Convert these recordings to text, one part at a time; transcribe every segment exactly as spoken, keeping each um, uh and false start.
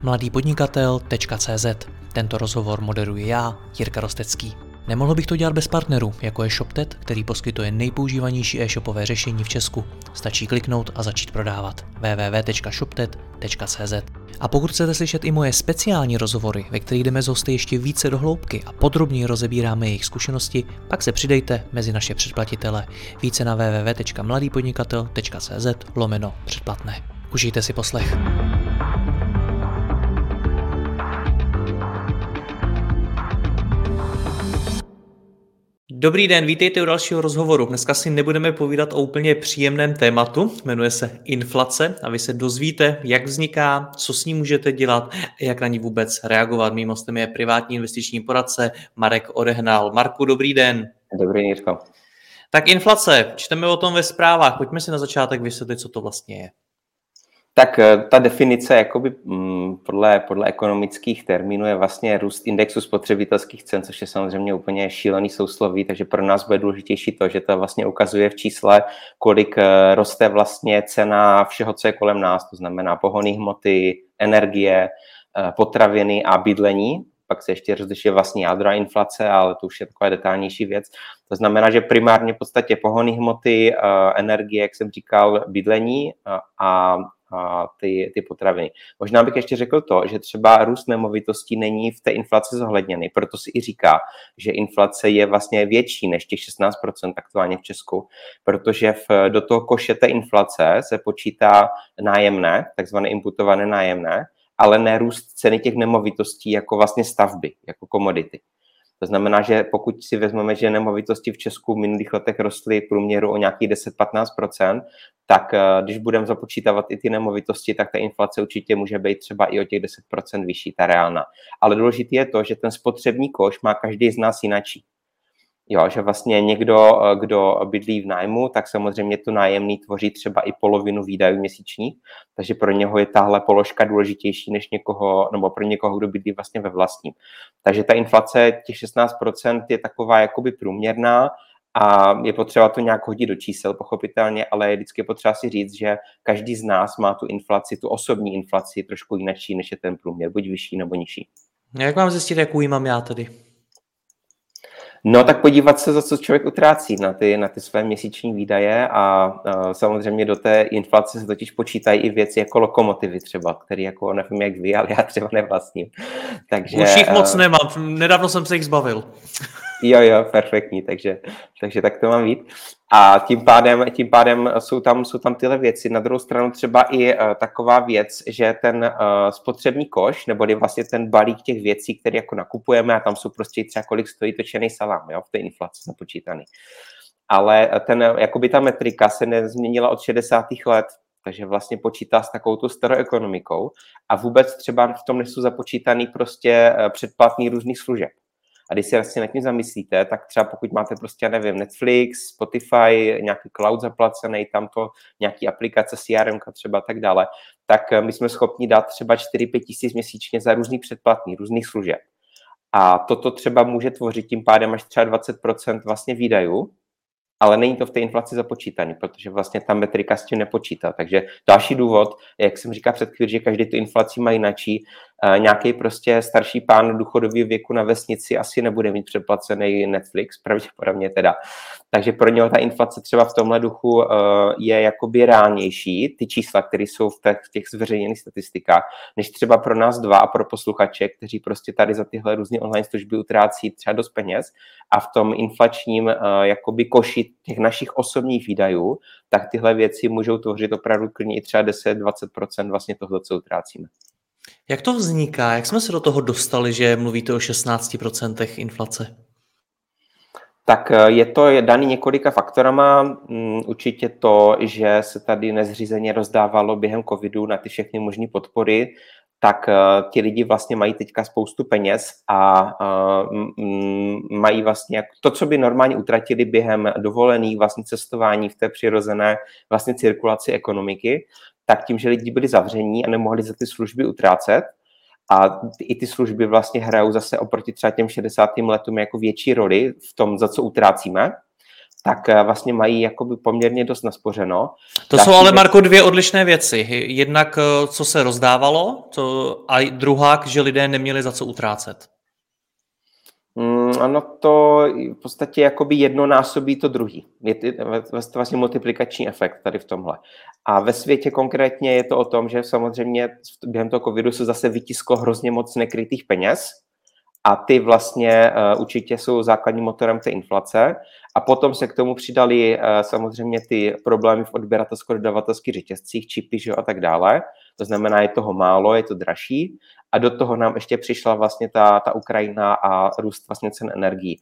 mladýpodnikatel tečka cé zet. Tento rozhovor moderuji já, Jirka Rostecký. Nemohl bych to dělat bez partnerů, jako je ShopTet, který poskytuje nejpoužívanější e-shopové řešení v Česku. Stačí kliknout a začít prodávat. w w w tečka shoptet tečka cé zet. A pokud chcete slyšet i moje speciální rozhovory, ve kterých jdeme z hosty ještě více do hloubky a podrobněji rozebíráme jejich zkušenosti, pak se přidejte mezi naše předplatitele. Více na w w w tečka mladýpodnikatel tečka cé zet lomeno předplatné. Užijte si poslech. Dobrý den, vítejte u dalšího rozhovoru. Dneska si nebudeme povídat o úplně příjemném tématu, jmenuje se inflace a vy se dozvíte, jak vzniká, co s ní můžete dělat a jak na ní vůbec reagovat. Mým hostem je privátní investiční poradce Marek Odehnal. Marku, dobrý den. Dobrý, Jirko. Tak inflace, čteme o tom ve zprávách, pojďme si na začátek vysvětlit, co to vlastně je. Tak ta definice jakoby, m, podle, podle ekonomických termínů je vlastně růst indexu spotřebitelských cen, což je samozřejmě úplně šílený sousloví, takže pro nás bude důležitější to, že to vlastně ukazuje v čísle, kolik roste vlastně cena všeho, co je kolem nás, to znamená pohonné hmoty, energie, potraviny a bydlení. Pak se ještě rozlišuje vlastní jádro inflace, ale to už je taková detailnější věc. To znamená, že primárně v podstatě pohonné hmoty, energie, jak jsem říkal, bydlení a a ty, ty potraviny. Možná bych ještě řekl to, že třeba růst nemovitostí není v té inflaci zohledněný, proto si i říká, že inflace je vlastně větší než těch šestnáct procent aktuálně v Česku, protože v, do toho koše té inflace se počítá nájemné, takzvané imputované nájemné, ale ne růst ceny těch nemovitostí jako vlastně stavby, jako komodity. To znamená, že pokud si vezmeme, že nemovitosti v Česku v minulých letech rostly v průměru o nějakých deset až patnáct procent, tak když budeme započítávat i ty nemovitosti, tak ta inflace určitě může být třeba i o těch deset procent vyšší, ta reálná. Ale důležité je to, že ten spotřební koš má každý z nás jinačí. Jo, že vlastně někdo, kdo bydlí v nájmu, tak samozřejmě to nájemný tvoří třeba i polovinu výdajů měsíčních, takže pro něho je tahle položka důležitější než někoho, nebo pro někoho, kdo bydlí vlastně ve vlastním. Takže ta inflace těch šestnáct procent je taková jakoby průměrná a je potřeba to nějak hodit do čísel, pochopitelně, ale je vždycky potřeba si říct, že každý z nás má tu inflaci, tu osobní inflaci trošku jinačí, než je ten průměr, buď vyšší nebo nižší. Jak mám zjistit, jakou ji mám já tedy? No tak podívat se, za co člověk utrácí na ty, na ty své měsíční výdaje a, a samozřejmě do té inflace se totiž počítají i věci jako lokomotivy třeba, který jako nevím jak vy, ale já třeba nevlastním. Takže, už jich moc nemám, nedávno jsem se jich zbavil. Jo, jo, perfektní, takže, takže tak to mám vít. A tím pádem, tím pádem jsou, tam, jsou tam tyhle věci. Na druhou stranu třeba i uh, taková věc, že ten uh, spotřební koš, nebo je vlastně ten balík těch věcí, které jako nakupujeme a tam jsou prostě třeba kolik stojí točený salám, jo, v té inflaci započítaný. Ale ten, jakoby ta metrika se nezměnila od šedesátých let, takže vlastně počítá s takovou tu starou ekonomikou a vůbec třeba v tom nejsou započítaný prostě předplatný různých služeb. A když si vlastně nad tím zamyslíte, tak třeba pokud máte prostě, nevím, Netflix, Spotify, nějaký cloud zaplacený, tamto nějaký aplikace C R M třeba tak dále, tak my jsme schopni dát třeba čtyři až pět tisíc měsíčně za různý předplatný, různých služeb. A toto třeba může tvořit tím pádem až třeba dvacet procent vlastně výdajů, ale není to v té inflaci započítaný, protože vlastně ta metrika s tím nepočítá. Takže další důvod, jak jsem říkal před chvíli, že každý tu inflaci má jinačí, uh, nějaký prostě starší pán důchodového věku na vesnici asi nebude mít předplacený Netflix, pravděpodobně teda. Takže pro něho ta inflace třeba v tomhle duchu uh, je jakoby reálnější, ty čísla, které jsou v těch, v těch zveřejněných statistikách, než třeba pro nás dva a pro posluchače, kteří prostě tady za tyhle různé online služby utrácí třeba dost peněz a v tom inflačním uh, jakoby koši těch našich osobních výdajů, tak tyhle věci můžou tvořit opravdu klidně i třeba deset až dvacet procent vlastně toho, co utrácíme. Jak to vzniká? Jak jsme se do toho dostali, že mluvíte o šestnáct procent inflace? Tak je to daný několika faktorama. Určitě to, že se tady nezřízeně rozdávalo během covidu na ty všechny možné podpory, tak uh, ti lidi vlastně mají teďka spoustu peněz a uh, m, mají vlastně to, co by normálně utratili během dovolených vlastně cestování v té přirozené vlastně cirkulaci ekonomiky, tak tím, že lidi byli zavření a nemohli za ty služby utrácet a i ty služby vlastně hrajou zase oproti třeba těm šedesátým letům jako větší roli v tom, za co utrácíme, tak vlastně mají jakoby poměrně dost naspořeno. To Další jsou ale, věc... Marko, dvě odlišné věci. Jednak, co se rozdávalo, to, a druhá, že lidé neměli za co utrácet. Mm, ano, to v podstatě jakoby jednonásobí to druhý. Je to vlastně multiplikační efekt tady v tomhle. A ve světě konkrétně je to o tom, že samozřejmě během toho covidu se zase vytisklo hrozně moc nekrytých peněz a ty vlastně uh, určitě jsou základním motorem té inflace. A potom se k tomu přidali uh, samozřejmě ty problémy v odběratelsko-dodavatelských řetězcích, čipy, že a tak dále. To znamená, je toho málo, je to dražší. A do toho nám ještě přišla vlastně ta, ta Ukrajina a růst vlastně cen energií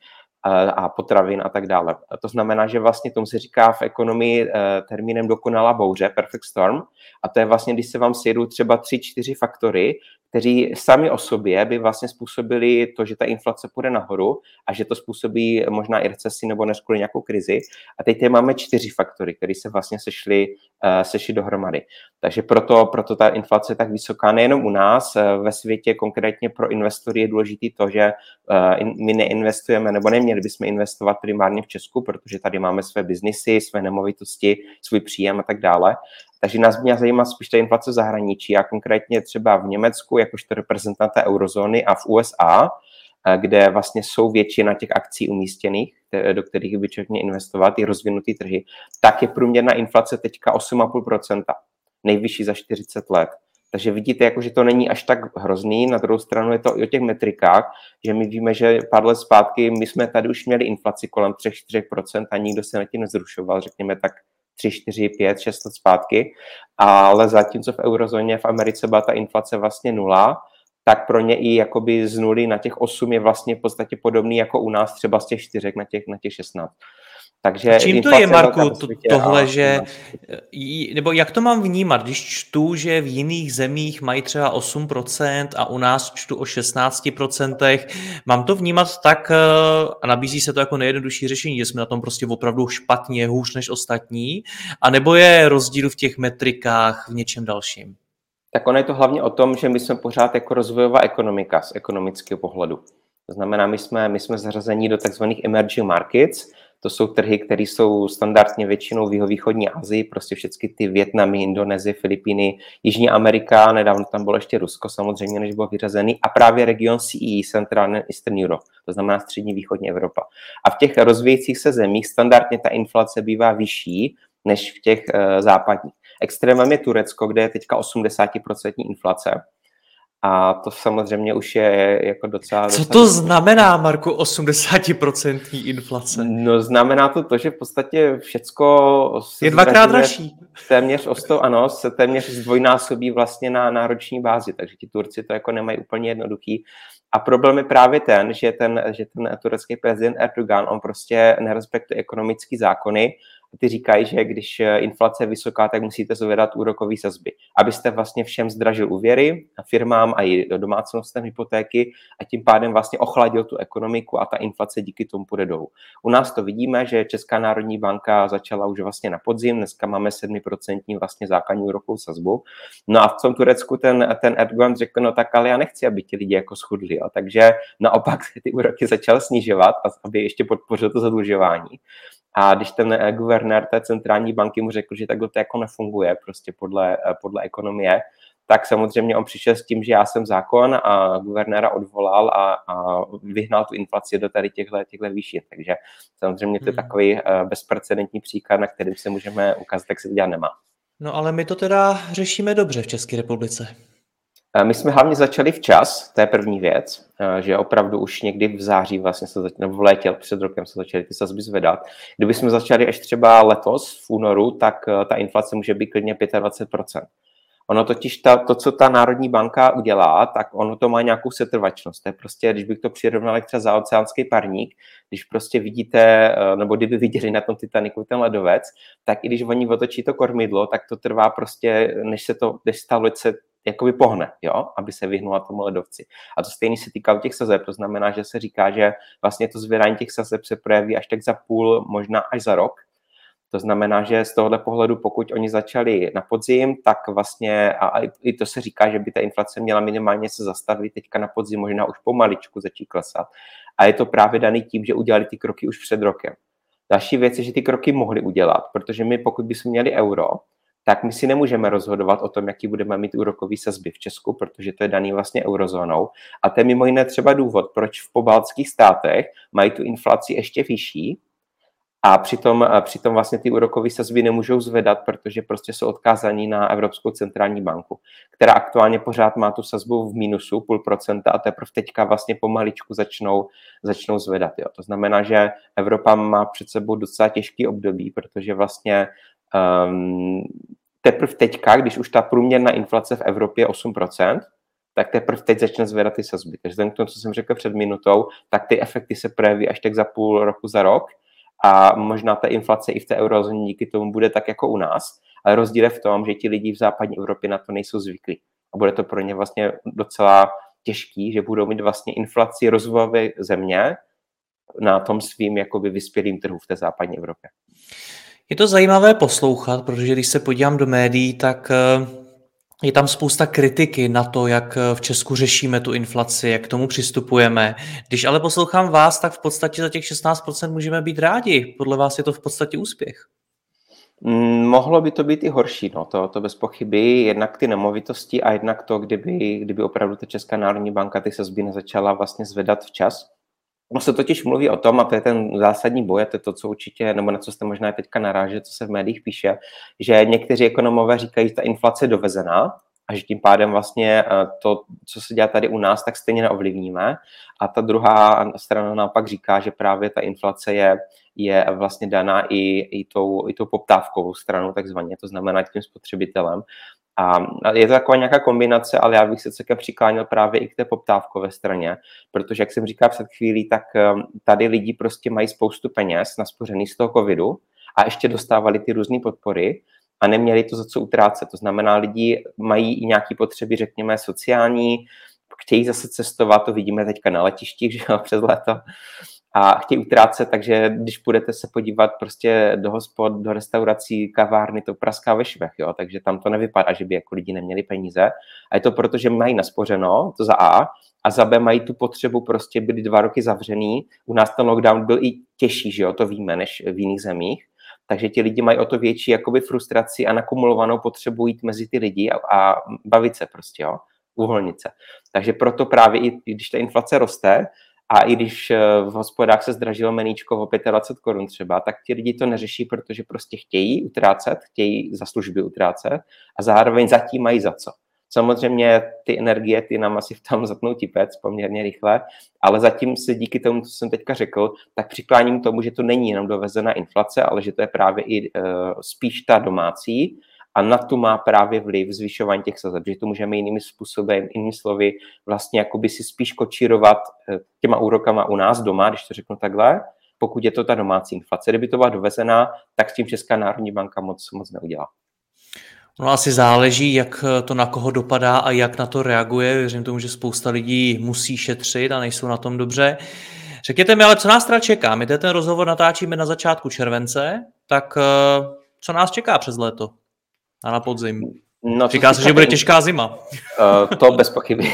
a potravin a tak dále. A to znamená, že vlastně tomu se říká v ekonomii termínem dokonalá bouře, perfect storm. A to je vlastně, když se vám sjedou třeba tři, čtyři faktory, kteří sami o sobě by vlastně způsobili to, že ta inflace půjde nahoru a že to způsobí možná i recesi nebo než kvůli nějakou krizi. A teď tady máme čtyři faktory, které se vlastně sešly, uh, sešly dohromady. Takže proto, proto ta inflace je tak vysoká nejenom u nás, uh, ve světě konkrétně pro investory je důležité to, že uh, in, my neinvestujeme nebo neměli bychom investovat primárně v Česku, protože tady máme své biznisy, své nemovitosti, svůj příjem a tak dále. Takže nás mě zajímá spíš ta inflace v zahraničí a konkrétně třeba v Německu, jakožto reprezentanta eurozóny a v U S A, kde vlastně jsou většina těch akcí umístěných, do kterých by člověk měl investovat, i rozvinutý trhy, tak je průměrná inflace teďka osm celá pět procenta, nejvyšší za čtyřicet let. Takže vidíte, jako, že to není až tak hrozný. Na druhou stranu je to i o těch metrikách, že my víme, že pár let zpátky my jsme tady už měli inflaci kolem tři až čtyři procenta a nikdo se na tím nezrušoval, řekněme tak tři, čtyři, pět, šest let zpátky, ale zatímco v eurozóně v Americe byla ta inflace vlastně nula, tak pro ně i jakoby z nuly na těch osm je vlastně v podstatě podobný jako u nás třeba z těch čtyřek na těch, na těch šestnáct. Takže a čím to je, Marku, to, tohle, že, nebo jak to mám vnímat, když čtu, že v jiných zemích mají třeba osm procent a u nás čtu o šestnáct procent, mám to vnímat tak, a nabízí se to jako nejjednodušší řešení, že jsme na tom prostě opravdu špatně, hůř než ostatní, anebo je rozdíl v těch metrikách v něčem dalším? Tak ono je to hlavně o tom, že my jsme pořád jako rozvojová ekonomika z ekonomického pohledu. To znamená, my jsme, my jsme zařazení do takzvaných emerging markets. To jsou trhy, které jsou standardně většinou v jihovýchodní Asii, prostě všechny ty Vietnamy, Indonésie, Filipíny, Jižní Amerika, nedávno tam bylo ještě Rusko samozřejmě, než bylo vyřazený, a právě region C E E, Central and Eastern Europe, to znamená střední východní Evropa. A v těch rozvíjejících se zemích standardně ta inflace bývá vyšší než v těch uh, západních. Extrémem je Turecko, kde je teďka osmdesát procent inflace. A to samozřejmě už je jako docela... Co to znamená, Marku, osmdesát procent inflace? No znamená to to, že v podstatě všecko... Je dvakrát dražší. Téměř o sto, ano, se téměř zdvojnásobí vlastně na nároční bázi, takže ti Turci to jako nemají úplně jednoduchý. A problém je právě ten, že ten, že ten turecký prezident Erdogan, on prostě nerespektuje ekonomické zákony. Ty říkají, že když inflace je vysoká, tak musíte zvedat úrokové sazby, abyste vlastně všem zdražil úvěry firmám a i domácnostem hypotéky a tím pádem vlastně ochladil tu ekonomiku a ta inflace díky tomu půjde dolů. U nás to vidíme, že Česká národní banka začala už vlastně na podzim, dneska máme sedm procent vlastně základní úrokovou sazbu. No a v tom Turecku ten, ten Erdogan řekl, no tak ale já nechci, aby ti lidi jako schudli, jo. Takže naopak ty úroky začal snižovat, aby ještě podpořil to zadlužování. A když ten guvernér té centrální banky mu řekl, že takhle to jako nefunguje prostě podle, podle ekonomie, tak samozřejmě on přišel s tím, že já jsem zákon a guvernéra odvolal a, a vyhnal tu inflaci do tady těchto, těchto výšin. Takže samozřejmě to je takový bezprecedentní příklad, na kterým se můžeme ukázat, jak se to dělat nemá. No ale my to teda řešíme dobře v České republice. My jsme hlavně začali včas, to je první věc, že opravdu už někdy v září, vlastně se začali, nebo v létě před rokem se začaly ty sazby zvedat. Kdyby jsme začali až třeba letos v únoru, tak ta inflace může být klidně dvacet pět procent. Ono totiž ta, to, co ta Národní banka udělá, tak ono to má nějakou setrvačnost. To je prostě, když bych to přirovnal třeba za oceánský parník, když prostě vidíte, nebo kdyby viděli na tom Titaniku ten ledovec, tak i když oni otočí to kormidlo, tak to trvá prostě, než se to, než ta loď se jakoby pohne, jo, aby se vyhnula tomu ledovci. A to stejný se týká u těch sazeb, to znamená, že se říká, že vlastně to zvedání těch sazeb se projeví až tak za půl, možná až za rok. To znamená, že z tohohle pohledu, pokud oni začali na podzim, tak vlastně, a i to se říká, že by ta inflace měla minimálně se zastavit teďka na podzim, možná už pomaličku začít klesat. A je to právě daný tím, že udělali ty kroky už před rokem. Další věc je, že ty kroky mohli udělat, protože my, pokud bychom měli euro, tak my si nemůžeme rozhodovat o tom, jaký budeme mít úrokový sazby v Česku, protože to je daný vlastně eurozónou. A to je mimo jiné třeba důvod, proč v pobaltských státech mají tu inflaci ještě vyšší a přitom, a přitom vlastně ty úrokové sazby nemůžou zvedat, protože prostě jsou odkázaní na Evropskou centrální banku, která aktuálně pořád má tu sazbu v mínusu půl procenta a teprve teďka vlastně pomaličku začnou, začnou zvedat. Jo. To znamená, že Evropa má před sebou docela těžký období, protože vlastně um, teprve teďka, když už ta průměrná inflace v Evropě je osm procent, tak teprve teď začne zvedat ty sazby. Takže k tomu, co jsem řekl před minutou, tak ty efekty se projeví až tak za půl roku, za rok a možná ta inflace i v té eurozóně díky tomu bude tak jako u nás, ale rozdíl je v tom, že ti lidi v západní Evropě na to nejsou zvyklí. A bude to pro ně vlastně docela těžký, že budou mít vlastně inflaci rozvojové země na tom svým jakoby vyspělým trhu v té západní Evropě. Je to zajímavé poslouchat, protože když se podívám do médií, tak je tam spousta kritiky na to, jak v Česku řešíme tu inflaci, jak k tomu přistupujeme. Když ale poslouchám vás, tak v podstatě za těch šestnáct procent můžeme být rádi. Podle vás je to v podstatě úspěch? Mm, mohlo by to být i horší, no, to, to bez pochyby. Jednak ty nemovitosti a jednak to, kdyby, kdyby opravdu ta Česká národní banka ty sazby nezačala vlastně zvedat včas. No se totiž mluví o tom, a to je ten zásadní boj, to je to, co určitě, nebo na co jste možná teďka naráželi, co se v médiích píše, že někteří ekonomové říkají, že ta inflace je dovezená a že tím pádem vlastně to, co se dělá tady u nás, tak stejně neovlivníme. A ta druhá strana naopak říká, že právě ta inflace je, je vlastně daná i, i, tou, i tou poptávkovou stranou takzvaně, to znamená tím spotřebitelem. A je to taková nějaká kombinace, ale já bych se celkem přikláněl právě i k té poptávkové straně, protože, jak jsem říkal před chvílí, tak tady lidi prostě mají spoustu peněz naspořený z toho covidu a ještě dostávali ty různé podpory a neměli to za co utrácet. To znamená, lidi mají i nějaké potřeby, řekněme, sociální, chtějí zase cestovat, to vidíme teďka na letištích, že jo, přes léto, a chtějí utrácet, takže když půjdete se podívat prostě do hospod, do restaurací, kavárny, to praská ve švech, jo, takže tam to nevypadá, že by jako lidi neměli peníze. A je to proto, že mají naspořeno, to za A, a za B mají tu potřebu, prostě byli dva roky zavřený. U nás ten lockdown byl i těžší, že jo, to víme, než v jiných zemích. Takže ti lidi mají o to větší jakoby frustraci a nakumulovanou potřebu jít mezi ty lidi a, a bavit se prostě, jo, uvolnit se. Takže proto právě i když ta inflace roste, a i když v hospodách se zdražilo meníčko o dvacet pět korun třeba, tak ti lidi to neřeší, protože prostě chtějí utrácet, chtějí za služby utrácet a zároveň zatím mají za co. Samozřejmě ty energie, ty nám asi v tom zatnou tipec poměrně rychle, ale zatím se díky tomu, co jsem teďka řekl, tak přikláním tomu, že to není jenom dovezená inflace, ale že to je právě i uh, spíš ta domácí, a na to má právě vliv zvyšování těch sazeb, že to můžeme jinými způsoby, jinými slovy, vlastně jakoby si spíš kočírovat těma úrokama u nás doma, když to řeknu takhle, pokud je to ta domácí inflace. Kdyby to byla dovezená, tak s tím Česká národní banka moc, moc neudělá. No asi záleží, jak to na koho dopadá a jak na to reaguje. Věřím tomu, že spousta lidí musí šetřit a nejsou na tom dobře. Řekněte mi, ale co nás teda čeká? My ten rozhovor natáčíme na začátku července, tak co nás čeká přes léto? A na podzim. No, říká se, že bude těžká zima. Uh, to bez pochyby.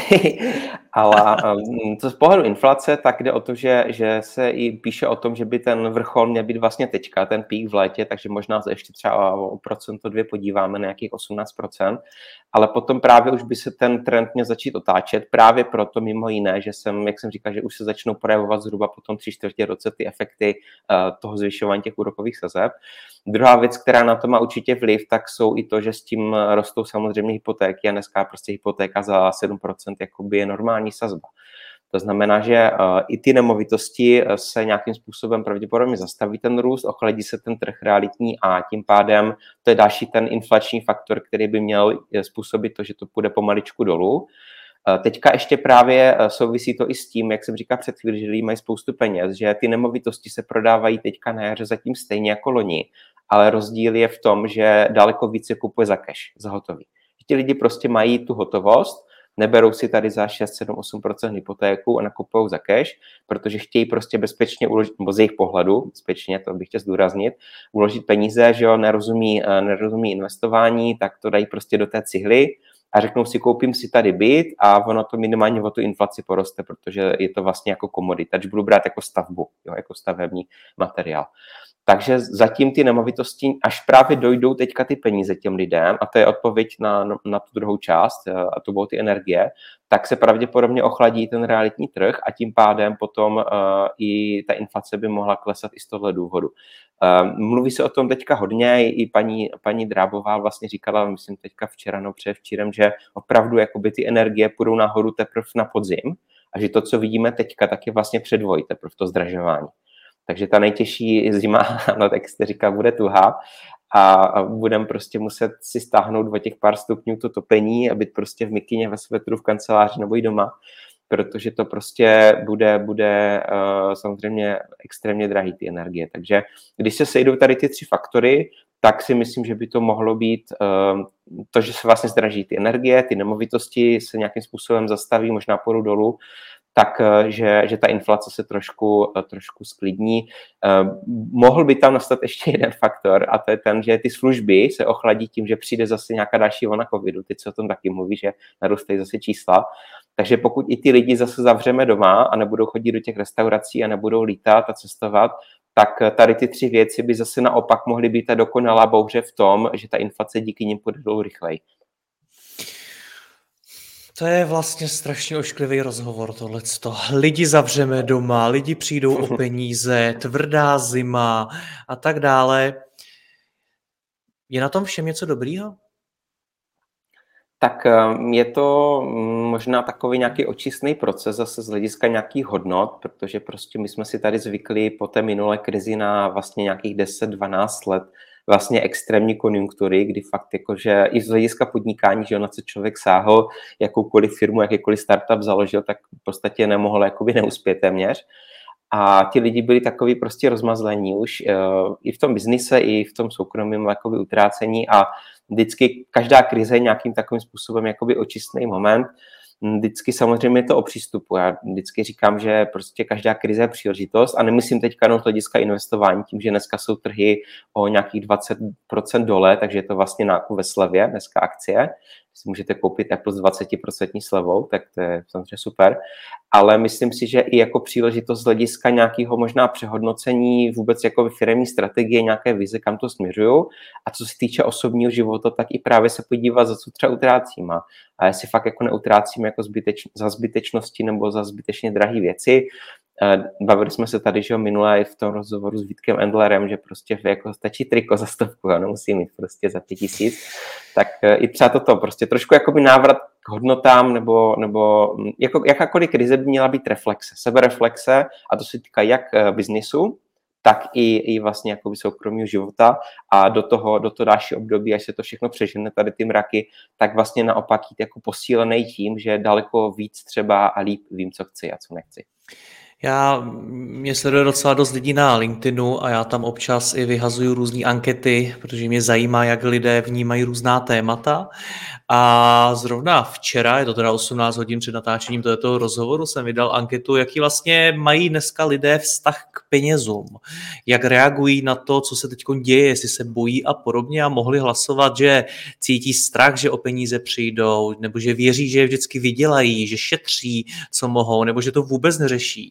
Ale um, to z pohledu inflace, tak jde o to, že, že se i píše o tom, že by ten vrchol měl být vlastně teďka, ten pík v létě, takže možná se ještě třeba o procento dvě podíváme na nějakých osmnáct procent, ale potom právě už by se ten trend měl začít otáčet, právě proto mimo jiné, že jsem, jak jsem říkal, že už se začnou projevovat zhruba po tom tři čtvrtě roce ty efekty uh, toho zvyšování těch úrokových sazeb. Druhá věc, která na to má určitě vliv, tak jsou i to, že s tím rostou samozřejmě hypotéky a dneska prostě hypotéka za sedm procent jakoby je normální sazba. To znamená, že uh, i ty nemovitosti se nějakým způsobem pravděpodobně zastaví ten růst, ochladí se ten trh realitní a tím pádem to je další ten inflační faktor, který by měl způsobit to, že to půjde pomaličku dolů. Teďka ještě právě souvisí to i s tím, jak jsem říkal před chvíli, že lidi mají spoustu peněz, že ty nemovitosti se prodávají teďka na jaře zatím stejně jako loni, ale rozdíl je v tom, že daleko více kupuje za cash, za hotový. Ti lidi prostě mají tu hotovost, neberou si tady za šest, sedm, osm procent hypotéku a nakupují za cash, protože chtějí prostě bezpečně uložit, nebo z jejich pohledu, bezpečně, to bych chtěl zdůraznit, uložit peníze, že jo, nerozumí, nerozumí investování, tak to dají prostě do té cihly a řeknou si, koupím si tady byt a ono to minimálně o tu inflaci poroste, protože je to vlastně jako komodita, když budu brát jako stavbu, jo, jako stavební materiál. Takže zatím ty nemovitosti, až právě dojdou teďka ty peníze těm lidem, a to je odpověď na, na tu druhou část, a to budou ty energie, tak se pravděpodobně ochladí ten realitní trh a tím pádem potom uh, i ta inflace by mohla klesat i z tohle důvodu. Uh, mluví se o tom teďka hodně, i paní, paní Drábová vlastně říkala, myslím teďka včera, no předevčírem, že opravdu jakoby ty energie půjdou nahoru teprve na podzim a že to, co vidíme teďka, tak je vlastně předvoj teprve to zdražování. Takže ta nejtěžší zima, no tak jste říkal, bude tuhá a budeme prostě muset si stáhnout o těch pár stupňů to topení a být prostě v mikině, ve svetru, v kanceláři nebo i doma, protože to prostě bude, bude uh, samozřejmě extrémně drahý ty energie. Takže když se sejdou tady ty tři faktory, tak si myslím, že by to mohlo být uh, to, že se vlastně zdraží ty energie, ty nemovitosti se nějakým způsobem zastaví, možná půjdu dolů, tak že, že ta inflace se trošku, trošku sklidní. Mohl by tam nastat ještě jeden faktor a to je ten, že ty služby se ochladí tím, že přijde zase nějaká další vlna covidu. Teď se o tom taky mluví, že narůstají zase čísla. Takže pokud i ty lidi zase zavřeme doma a nebudou chodit do těch restaurací a nebudou lítat a cestovat, tak tady ty tři věci by zase naopak mohly být ta dokonalá bouře v tom, že ta inflace díky nim půjde dolů rychleji. To je vlastně strašně ošklivý rozhovor tohleto. Lidi zavřeme doma, lidi přijdou o peníze, tvrdá zima a tak dále. Je na tom všem něco dobrýho? Tak je to možná takový nějaký očistný proces zase z hlediska nějakých hodnot, protože prostě my jsme si tady zvykli po té minulé krizi na vlastně nějakých deset dvanáct let vlastně extrémní konjunktury, kdy fakt jakože i z hlediska podnikání, že na co člověk sáhl, jakoukoliv firmu, jakýkoliv startup založil, tak v podstatě nemohl jakoby neuspět téměř. A ti lidi byli takový prostě rozmazlení už uh, i v tom biznise, i v tom soukromém jakoby utrácení a vždycky každá krize je nějakým takovým způsobem jakoby očistný moment. Vždycky samozřejmě je to o přístupu. Já vždycky říkám, že prostě každá krize je příležitost a nemyslím teďka jenom z hlediska investování, tím, že dneska jsou trhy o nějakých dvacet procent dole, takže je to vlastně nákup ve slevě, dneska akcie. Si můžete koupit Apple s dvacet procent slevou, tak to je samozřejmě super. Ale myslím si, že i jako příležitost z hlediska nějakého možná přehodnocení vůbec jako firemní strategie, nějaké vize, kam to směřuju. A co se týče osobního života, tak i právě se podívat, za co třeba utrácím. A jestli fakt jako neutrácím jako zbyteč, za zbytečnosti nebo za zbytečně drahé věci. Bavili jsme se tady, že minulé v tom rozhovoru s Vítkem Endlerem, že prostě jako stačí triko za stovku, a nemusí mít prostě za pět tisíc, tak i třeba toto, prostě trošku jakoby návrat k hodnotám, nebo, nebo jako, jakákoliv krize by měla být reflexe, sebereflexe, a to se týká jak biznisu, tak i, i vlastně jakoby soukromého života a do toho, do toho další období, až se to všechno přežene, tady ty mraky, tak vlastně naopak jít jako posílený tím, že daleko víc třeba a líp vím, co chci a co nechci. Já, mě sleduje docela dost lidí na LinkedInu a já tam občas i vyhazuju různé ankety, protože mě zajímá, jak lidé vnímají různá témata. A zrovna včera, je to teda osmnáct hodin před natáčením tohoto rozhovoru, jsem vydal anketu, jaký vlastně mají dneska lidé vztah k penězům. Jak reagují na to, co se teď děje, jestli se bojí a podobně, a mohli hlasovat, že cítí strach, že o peníze přijdou, nebo že věří, že je vždycky vydělají, že šetří, co mohou, nebo že to vůbec neřeší.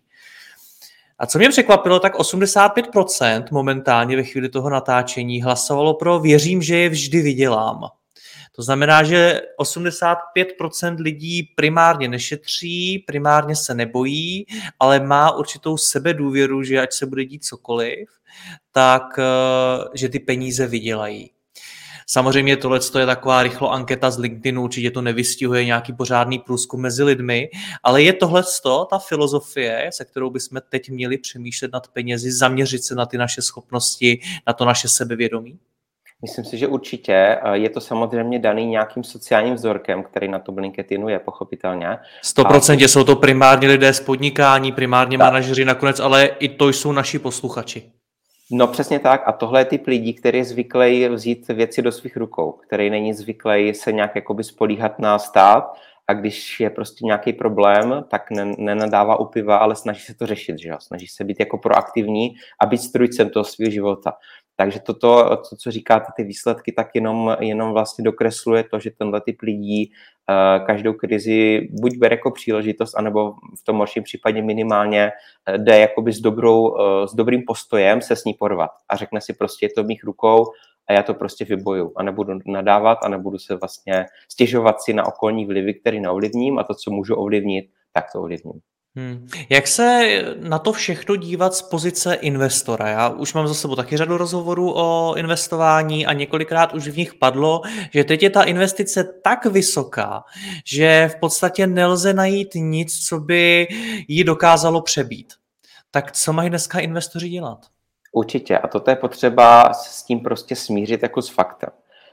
A co mě překvapilo, tak osmdesát pět procent momentálně ve chvíli toho natáčení hlasovalo pro věřím, že je vždy vydělám. To znamená, že osmdesát pět procent lidí primárně nešetří, primárně se nebojí, ale má určitou sebedůvěru, že ať se bude dít cokoliv, tak že ty peníze vydělají. Samozřejmě tohle je taková rychlo anketa z LinkedInu, určitě to nevystihuje nějaký pořádný průzkum mezi lidmi, ale je tohle ta filozofie, se kterou bychom teď měli přemýšlet nad penězi, zaměřit se na ty naše schopnosti, na to naše sebevědomí? Myslím si, že určitě. Je to samozřejmě daný nějakým sociálním vzorkem, který na tom LinkedInu je, pochopitelně. sto procent a... jsou to primárně lidé z podnikání, primárně tak. Manažeři nakonec, ale i to jsou naši posluchači. No přesně tak, a tohle je typ lidí, který je zvyklý vzít věci do svých rukou, který není zvyklý se nějak jakoby spolíhat na stát, a když je prostě nějaký problém, tak nenadává u piva, ale snaží se to řešit, že jo? Snaží se být jako proaktivní a být strůjcem toho svého života. Takže toto, to, co říkáte, ty výsledky, tak jenom, jenom vlastně dokresluje to, že tenhle typ lidí uh, každou krizi buď bere jako příležitost, anebo v tom horším případě minimálně jde jakoby s, dobrou, uh, s dobrým postojem se s ní porvat a řekne si prostě, je to v mých rukou a já to prostě vyboju a nebudu nadávat a nebudu se vlastně stěžovat si na okolní vlivy, které neovlivním, a to, co můžu ovlivnit, tak to ovlivním. Hmm. Jak se na to všechno dívat z pozice investora? Já už mám za sebou taky řadu rozhovorů o investování a několikrát už v nich padlo, že teď je ta investice tak vysoká, že v podstatě nelze najít nic, co by ji dokázalo přebít. Tak co mají dneska investoři dělat? Určitě. A toto je potřeba s tím prostě smířit jako s faktem.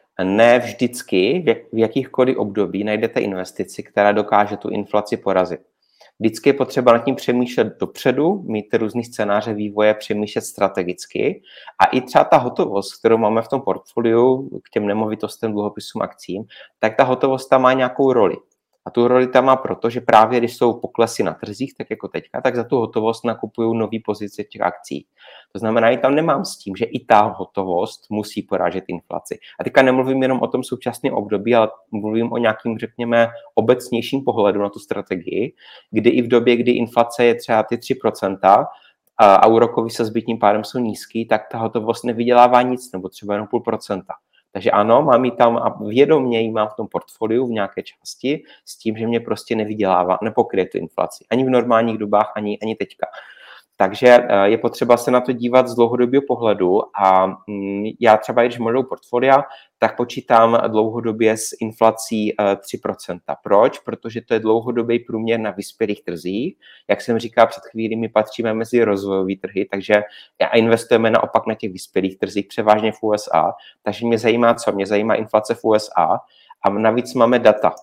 Ne vždycky v jakýchkoliv období najdete investici, která dokáže tu inflaci porazit. Vždycky je potřeba nad tím přemýšlet dopředu, mít různý scénáře vývoje, přemýšlet strategicky a i třeba ta hotovost, kterou máme v tom portfoliu k těm nemovitostem, dluhopisům, akcím, tak ta hotovost tam má nějakou roli. A tu roli tam má proto, že právě když jsou poklesy na trzích, tak jako teďka, tak za tu hotovost nakupují nový pozice těch akcí. To znamená, že tam nemám s tím, že i ta hotovost musí porážet inflaci. A teďka nemluvím jenom o tom současném období, ale mluvím o nějakým, řekněme, obecnějším pohledu na tu strategii, kdy i v době, kdy inflace je třeba ty tři procenta a úrokový sazby tím pádem jsou nízký, tak ta hotovost nevydělává nic, nebo třeba jenom půl procenta. Takže ano, mám ji tam a vědomě ji mám v tom portfoliu v nějaké části s tím, že mě prostě nevydělává, nepokryje tu inflaci. Ani v normálních dobách, ani, ani teďka. Takže je potřeba se na to dívat z dlouhodobého pohledu a já třeba, když mluvím portfolia, tak počítám dlouhodobě s inflací tři procenta. Proč? Protože to je dlouhodobý průměr na vyspělých trzích. Jak jsem říkal před chvílí, my patříme mezi rozvojové trhy, takže investujeme naopak na těch vyspělých trzích, převážně v U S A. Takže mě zajímá co? Mě zajímá inflace v U S A a navíc máme data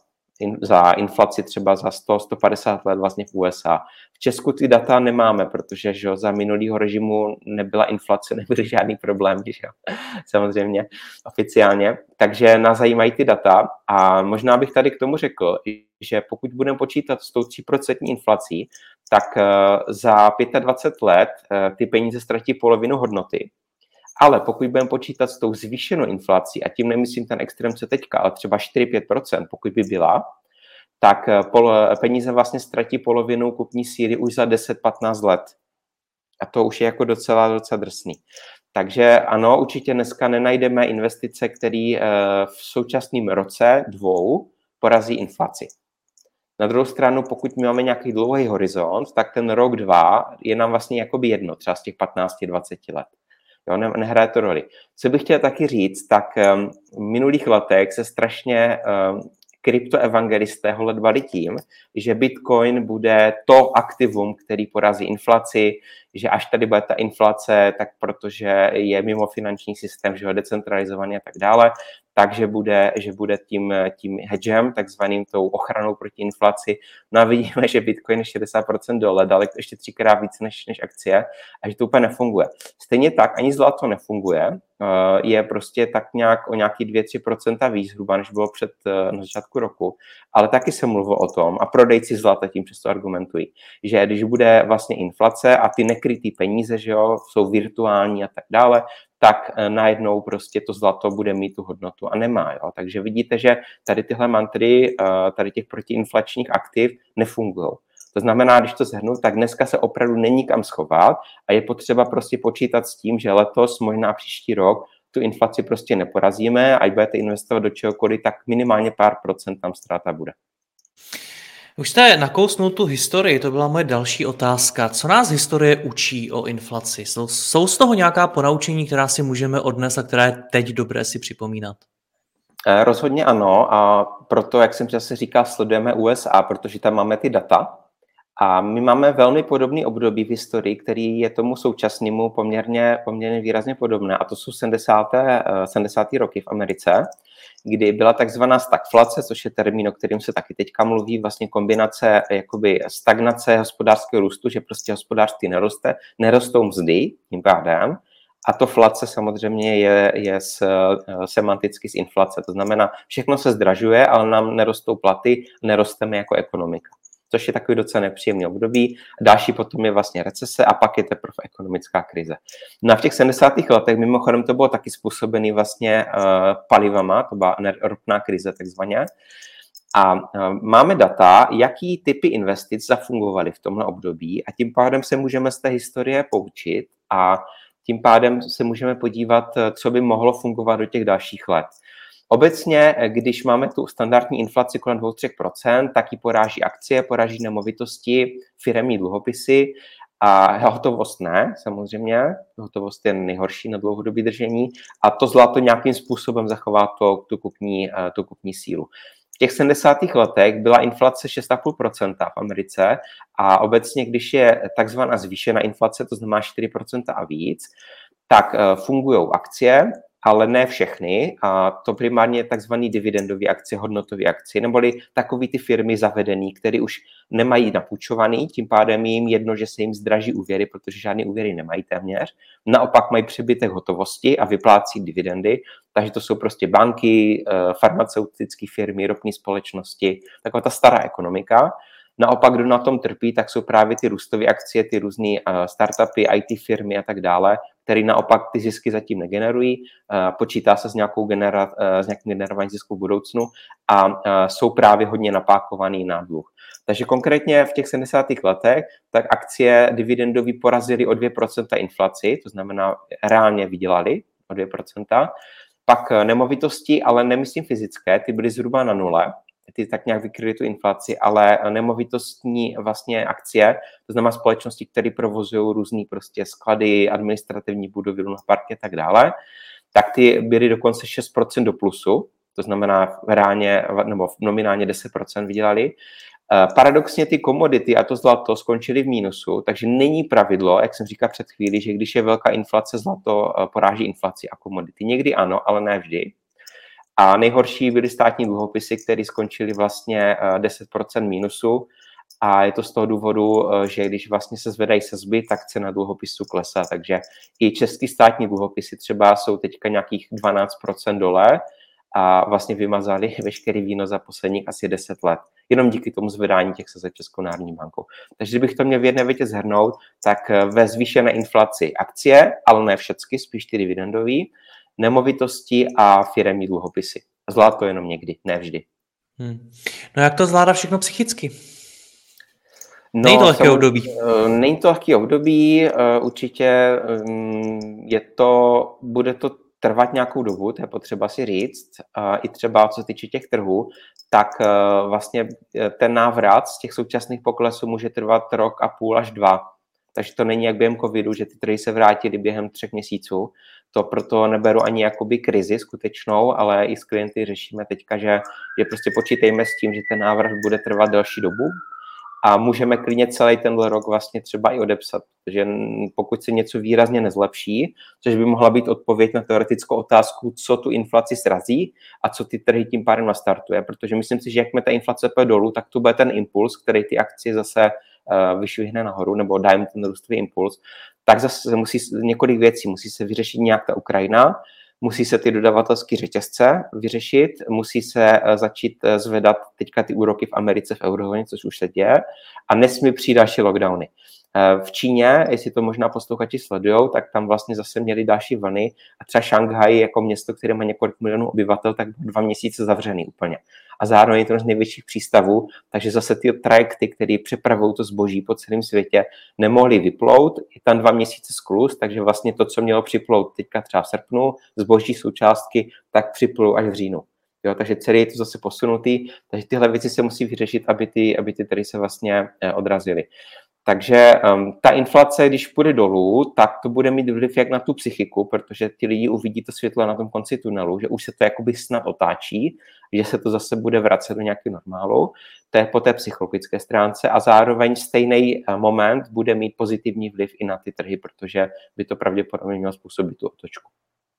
za inflaci třeba za sto, sto padesát let vlastně v U S A. V Česku ty data nemáme, protože že, za minulýho režimu nebyla inflace, nebyly žádný problém, že, samozřejmě oficiálně. Takže nás zajímají ty data a možná bych tady k tomu řekl, že pokud budeme počítat s tou tří procentní inflací, tak za dvacet pět let ty peníze ztratí polovinu hodnoty. Ale pokud budeme počítat s tou zvýšenou inflací, a tím nemyslím ten extrém, co teďka, ale třeba čtyři až pět procent, pokud by byla, tak pol, peníze vlastně ztratí polovinu kupní síly už za deset až patnáct let. A to už je jako docela, docela drsný. Takže ano, určitě dneska nenajdeme investice, které v současném roce dvou porazí inflaci. Na druhou stranu, pokud my máme nějaký dlouhý horizont, tak ten rok, dva je nám vlastně jakoby jedno, třeba z těch patnáct až dvacet let. Jo, ne, nehraje to roli. Co bych chtěl taky říct, tak um, v minulých letech se strašně um, kryptoevangelisté holedbali tím, že Bitcoin bude to aktivum, který porazí inflaci, že až tady bude ta inflace, tak protože je mimo finanční systém, že je decentralizovaný a tak dále, takže bude, že bude tím, tím hedgem, takzvaným tou ochranou proti inflaci. No a vidíme, že Bitcoin je šedesát procent dole, daleko ještě třikrát víc než, než akcie a že to úplně nefunguje. Stejně tak ani zlato nefunguje, je prostě tak nějak o nějaký dvě až tři procenta víc zhruba, než bylo před na začátku roku, ale taky se mluvilo o tom a prodejci zlata tím přesto argumentují, že když bude vlastně inflace a ty nekrytý peníze, že jo, jsou virtuální a tak dále, tak najednou prostě to zlato bude mít tu hodnotu a nemá. Jo. Takže vidíte, že tady tyhle mantry, tady těch protiinflačních aktiv nefungují. To znamená, když to shrnu, tak dneska se opravdu není kam schovat a je potřeba prostě počítat s tím, že letos, možná příští rok, tu inflaci prostě neporazíme a budete investovat do čehokoliv, tak minimálně pár procent tam ztráta bude. Už jste nakousnul tu historii, to byla moje další otázka. Co nás historie učí o inflaci? Jsou, jsou z toho nějaká ponaučení, která si můžeme odnést a která je teď dobré si připomínat? Rozhodně ano a proto, jak jsem zase říkal, sledujeme U S A, protože tam máme ty data a my máme velmi podobný období v historii, který je tomu současnému poměrně, poměrně výrazně podobné a to jsou sedmdesátá roky v Americe, kdy byla takzvaná stagflace, což je termín, o kterém se taky teďka mluví, vlastně kombinace jakoby stagnace hospodářského růstu, že prostě hospodářství neroste, nerostou mzdy tím pádem, a to flace samozřejmě je, je s, semanticky z inflace, to znamená, všechno se zdražuje, ale nám nerostou platy, nerosteme jako ekonomika, což je takový docela nepříjemný období. Další potom je vlastně recese a pak je teprve ekonomická krize. No a v těch sedmdesátých letech mimochodem to bylo taky způsobené vlastně uh, palivama, to byla ropná krize takzvaně. A uh, máme data, jaký typy investic zafungovaly v tomhle období a tím pádem se můžeme z té historie poučit a tím pádem se můžeme podívat, co by mohlo fungovat do těch dalších let. Obecně, když máme tu standardní inflaci kolem dvě až tři procenta, tak ji poráží akcie, poráží nemovitosti, firemní dluhopisy a hotovost ne, samozřejmě. Hotovost je nejhorší na dlouhodobé držení a to zlato nějakým způsobem zachová to, tu, kupní, tu kupní sílu. V těch sedmdesátých letech byla inflace šest celá pět procenta v Americe a obecně, když je takzvaná zvýšená inflace, to znamená čtyři procenta a víc, tak fungují akcie, ale ne všechny. A to primárně je takzvaný dividendový akcie, hodnotový akcie, neboli takový ty firmy zavedený, které už nemají napůjčovaný, tím pádem je jim jedno, že se jim zdraží úvěry, protože žádný úvěry nemají téměř. Naopak mají přebytek hotovosti a vyplácí dividendy, takže to jsou prostě banky, farmaceutické firmy, ropné společnosti, taková ta stará ekonomika. Naopak, kdo na tom trpí, tak jsou právě ty růstové akcie, ty různé startupy, í té firmy a tak dále, které naopak ty zisky zatím negenerují, počítá se s, nějakou genera- s nějakým generováním zisku v budoucnu a jsou právě hodně napákovaný na dluh. Takže konkrétně v těch sedmdesátých letech tak akcie dividendový porazily o dvě procenta inflaci, to znamená reálně vydělali o dvě procenta. Pak nemovitosti, ale nemyslím fyzické, ty byly zhruba na nule, ty tak nějak vykryly tu inflaci, ale nemovitostní vlastně akcie, to znamená společnosti, které provozují různý prostě sklady, administrativní budovy, lunaparky a tak dále, tak ty byly dokonce šest procent do plusu, to znamená reálně nebo nominálně deset procent vydělali. Paradoxně ty komodity a to zlato skončily v mínusu, takže není pravidlo, jak jsem říkal před chvílí, že když je velká inflace, zlato poráží inflaci a komodity. Někdy ano, ale ne vždy. A nejhorší byly státní dluhopisy, které skončily vlastně deset procent mínusu a je to z toho důvodu, že když vlastně se zvedají sazby, tak cena dluhopisu klesá, takže i český státní dluhopisy třeba jsou teďka nějakých dvanáct procent dole a vlastně vymazali veškerý výnos za posledních asi deset let, jenom díky tomu zvedání těch sazeb Českou národní bankou. Takže kdybych to měl v jedné větě shrnout, tak ve zvýšené inflaci akcie, ale ne všechny, spíš ty dividendový, nemovitosti a firemní dluhopisy. Zlato jenom někdy, ne vždy. Hmm. No jak to zvládá všechno psychicky? No, není to lehké období. Není to lehké období, určitě je to, bude to trvat nějakou dobu, to je potřeba si říct, i třeba co se týče těch trhů, tak vlastně ten návrat z těch současných poklesů může trvat rok a půl až dva. Takže to není jak během covidu, že ty trhy se vrátily během třech měsíců. To proto neberu ani jakoby krizi skutečnou, ale i s klienty řešíme teďka, že, že prostě počítejme s tím, že ten návrat bude trvat delší dobu a můžeme klidně celý tenhle rok vlastně třeba i odepsat, protože pokud se něco výrazně nezlepší, což by mohla být odpověď na teoretickou otázku, co tu inflaci srazí a co ty trhy tím pádem nastartuje, protože myslím si, že jakmile ta inflace půjde dolů, tak to bude ten impuls, který ty akcie zase uh, vyšvihne nahoru nebo dá jim ten růstový impuls, tak zase musí několik věcí, musí se vyřešit nějak ta Ukrajina, musí se ty dodavatelské řetězce vyřešit, musí se začít zvedat teďka ty úroky v Americe v eurozóně, což už se děje, a nesmí přijít další lockdowny. V Číně, jestli to možná posluchači sledujou, tak tam vlastně zase měli další vlny a třeba Šanghaj jako město, které má několik milionů obyvatel, tak dva měsíce zavřený úplně. A zároveň je to z největších přístavů, takže zase ty trajekty, které přepravují to zboží po celém světě, nemohly vyplout, je tam dva měsíce skluz, takže vlastně to, co mělo připlout teďka třeba v srpnu, zboží součástky, tak připlou až v říjnu. Jo, takže celý je to zase posunutý, takže tyhle věci se musí vyřešit, aby ty, aby ty trhy se vlastně odrazily. Takže um, ta inflace, když půjde dolů, tak to bude mít vliv jak na tu psychiku, protože ti lidi uvidí to světlo na tom konci tunelu, že už se to jakoby snad otáčí, že se to zase bude vracet do nějakého normálu, to je po té psychologické stránce a zároveň stejný moment bude mít pozitivní vliv i na ty trhy, protože by to pravděpodobně mělo způsobit tu otočku.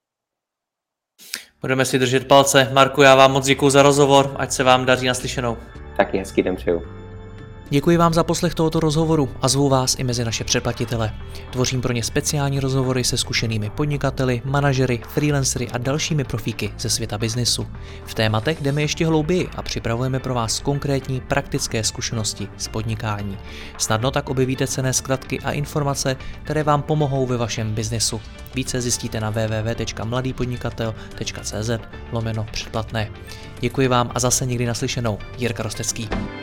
Budeme si držet palce. Marku, já vám moc děkuju za rozhovor, ať se vám daří naslyšenou. Taky hezký den přeju. Děkuji vám za poslech tohoto rozhovoru a zvu vás i mezi naše předplatitele. Tvořím pro ně speciální rozhovory se zkušenými podnikateli, manažery, freelancery a dalšími profíky ze světa biznisu. V tématech jdeme ještě hlouběji a připravujeme pro vás konkrétní praktické zkušenosti z podnikání. Snadno tak objevíte cenné zkratky a informace, které vám pomohou ve vašem biznesu. Více zjistíte na w w w tečka mladý podnikatel tečka c z lomeno předplatné. Děkuji vám a zase někdy naslyšenou. Jirka Rostecký.